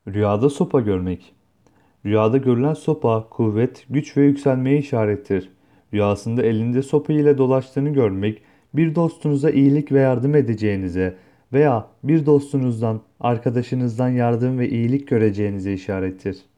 Rüyada sopa görmek. Rüyada görülen sopa kuvvet, güç ve yükselmeye işarettir. Rüyasında elinde sopa ile dolaştığını görmek, bir dostunuza iyilik ve yardım edeceğinize veya bir dostunuzdan, arkadaşınızdan yardım ve iyilik göreceğinize işarettir.